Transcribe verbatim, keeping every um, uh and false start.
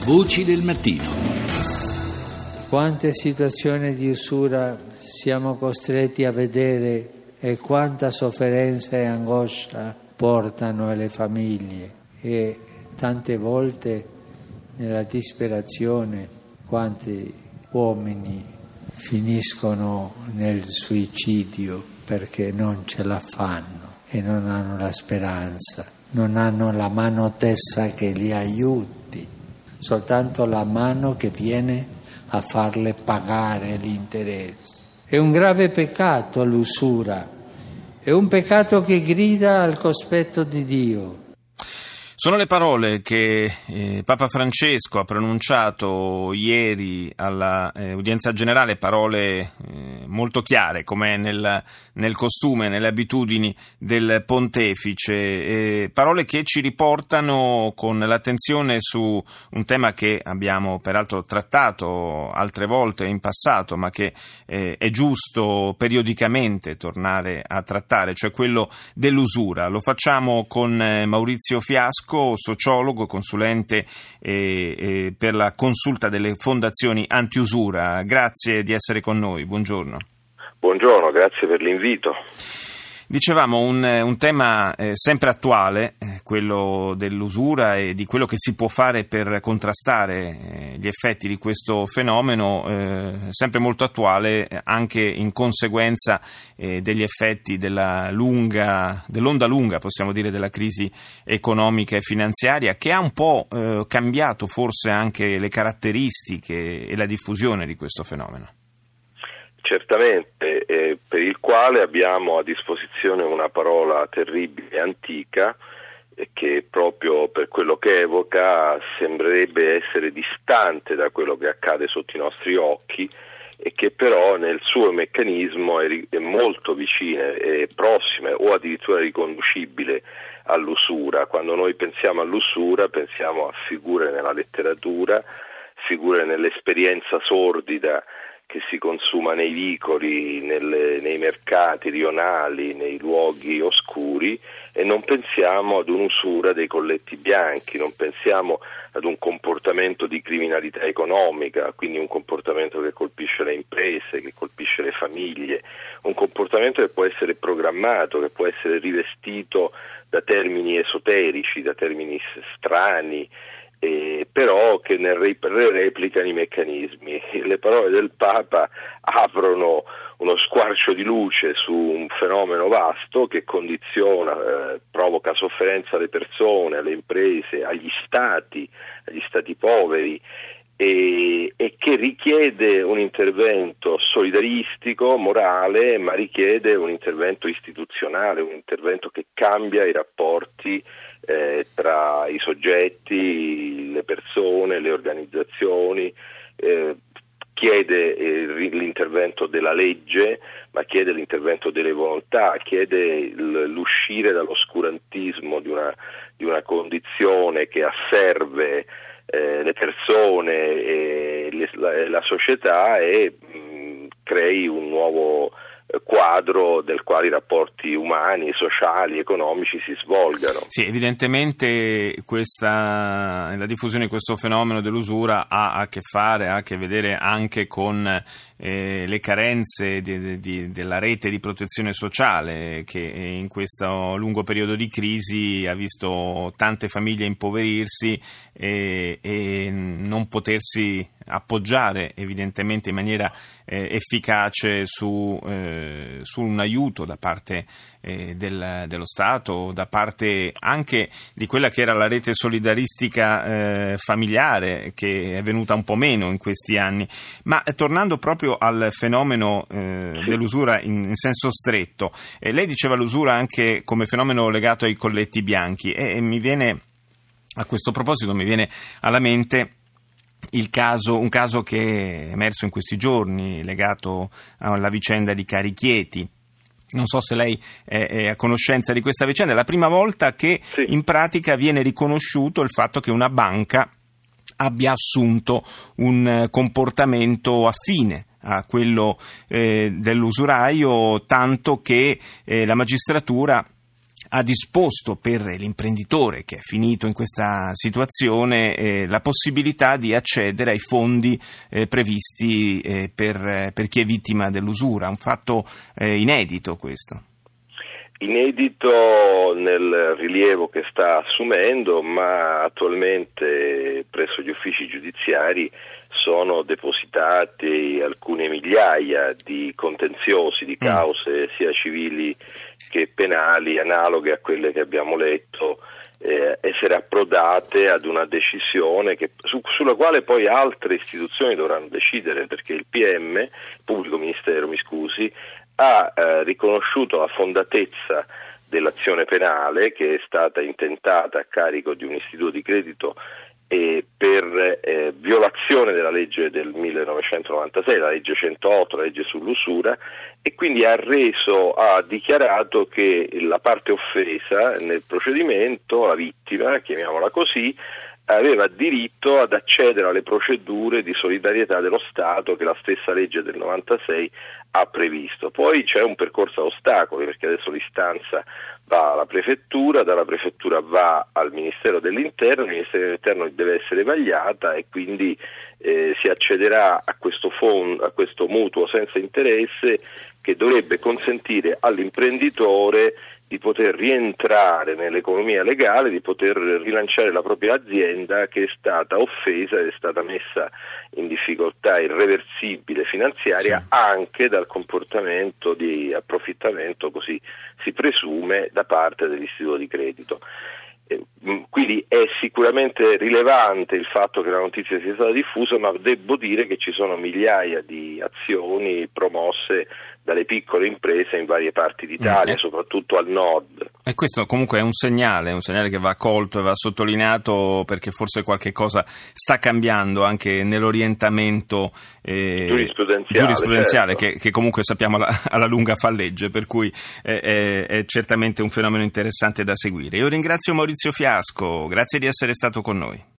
Voci del mattino. Quante situazioni di usura siamo costretti a vedere e quanta sofferenza e angoscia portano alle famiglie, e tante volte nella disperazione quanti uomini finiscono nel suicidio perché non ce la fanno e non hanno la speranza, non hanno la mano tesa che li aiuti, soltanto la mano che viene a farle pagare l'interesse. È un grave peccato l'usura, è un peccato che grida al cospetto di Dio. Sono le parole che eh, Papa Francesco ha pronunciato ieri alla eh, udienza generale, parole eh, molto chiare, come nel, nel costume, nelle abitudini del pontefice, eh, parole che ci riportano con l'attenzione su un tema che abbiamo peraltro trattato altre volte in passato, ma che eh, è giusto periodicamente tornare a trattare, cioè quello dell'usura. Lo facciamo con eh, Maurizio Fiasco, sociologo, consulente eh, eh, per la consulta delle fondazioni antiusura. Grazie di essere con noi, buongiorno. Buongiorno, grazie per l'invito. Dicevamo un, un tema eh, sempre attuale, eh, quello dell'usura e di quello che si può fare per contrastare eh, gli effetti di questo fenomeno, eh, sempre molto attuale eh, anche in conseguenza eh, degli effetti della lunga, dell'onda lunga, possiamo dire, della crisi economica e finanziaria, che ha un po' eh, cambiato forse anche le caratteristiche e la diffusione di questo fenomeno. Certamente, eh, per il quale abbiamo a disposizione una parola terribile e antica eh, che proprio per quello che evoca sembrerebbe essere distante da quello che accade sotto i nostri occhi e che però nel suo meccanismo è, è molto vicina, è prossima o addirittura riconducibile all'usura. Quando noi pensiamo all'usura pensiamo a figure nella letteratura, figure nell'esperienza sordida che si consuma nei vicoli, nelle, nei mercati rionali, nei luoghi oscuri, e non pensiamo ad un'usura dei colletti bianchi, non pensiamo ad un comportamento di criminalità economica, quindi un comportamento che colpisce le imprese, che colpisce le famiglie, un comportamento che può essere programmato, che può essere rivestito da termini esoterici, da termini strani, Eh, però che ne replicano i meccanismi. Le parole del Papa aprono uno squarcio di luce su un fenomeno vasto che condiziona, eh, provoca sofferenza alle persone, alle imprese, agli stati, agli stati poveri, e, e che richiede un intervento solidaristico, morale, ma richiede un intervento istituzionale, un intervento che cambia i rapporti eh, tra i soggetti, le persone, le organizzazioni, eh, chiede eh, l'intervento della legge, ma chiede l'intervento delle volontà, chiede l'uscire dall'oscurantismo di una, di una condizione che asserve Eh, le persone e le, la, la società e mh, crei un nuovo eh, quadro del quale i rapporti umani, sociali, economici si svolgano. Sì, evidentemente questa, la diffusione di questo fenomeno dell'usura ha a che fare, ha a che vedere anche con eh, le carenze di, di, della rete di protezione sociale, che in questo lungo periodo di crisi ha visto tante famiglie impoverirsi e, e non potersi appoggiare evidentemente in maniera eh, efficace su, eh, su un aiuto da parte eh, del, dello Stato, da parte anche di quella che era la rete solidaristica eh, familiare, che è venuta un po' meno in questi anni. Ma eh, tornando proprio al fenomeno eh, dell'usura in, in senso stretto, eh, lei diceva l'usura anche come fenomeno legato ai colletti bianchi e, e mi viene, a questo proposito mi viene alla mente il caso, un caso che è emerso in questi giorni legato alla vicenda di Carichieti. Non so se lei è, è a conoscenza di questa vicenda. È la prima volta che sì. In pratica viene riconosciuto il fatto che una banca abbia assunto un comportamento affine a quello eh, dell'usuraio, tanto che eh, la magistratura ha disposto per l'imprenditore che è finito in questa situazione eh, la possibilità di accedere ai fondi eh, previsti eh, per, per chi è vittima dell'usura. Un fatto eh, inedito questo. Inedito nel rilievo che sta assumendo, ma attualmente presso gli uffici giudiziari sono depositati alcune migliaia di contenziosi, di cause mm. sia civili che penali, analoghe a quelle che abbiamo letto, eh, essere approdate ad una decisione che, su, sulla quale poi altre istituzioni dovranno decidere, perché il P M, il Pubblico Ministero, mi scusi, ha eh, riconosciuto la fondatezza dell'azione penale che è stata intentata a carico di un istituto di credito e per eh, violazione della legge del millenovecentonovantasei, la legge centootto, la legge sull'usura, e quindi ha reso, ha dichiarato che la parte offesa nel procedimento, la vittima, chiamiamola così, aveva diritto ad accedere alle procedure di solidarietà dello Stato che la stessa legge del novantasei ha previsto. Poi c'è un percorso a ostacoli, perché adesso l'istanza va alla prefettura, dalla prefettura va al Ministero dell'Interno, il Ministero dell'Interno deve essere vagliata e quindi eh, si accederà a questo fondo, a questo mutuo senza interesse che dovrebbe consentire all'imprenditore di poter rientrare nell'economia legale, di poter rilanciare la propria azienda che è stata offesa ed è stata messa in difficoltà irreversibile finanziaria, sì, anche dal comportamento di approfittamento, così si presume, da parte dell'istituto di credito. Quindi è sicuramente rilevante il fatto che la notizia sia stata diffusa, ma devo dire che ci sono migliaia di azioni promosse dalle piccole imprese in varie parti d'Italia, mm. soprattutto al nord. E questo comunque è un segnale, un segnale che va colto e va sottolineato, perché forse qualche cosa sta cambiando anche nell'orientamento eh, giurisprudenziale, giurisprudenziale certo. che, che comunque sappiamo alla, alla lunga fa legge, per cui è, è, è certamente un fenomeno interessante da seguire. Io ringrazio Maurizio Fiasco, grazie di essere stato con noi.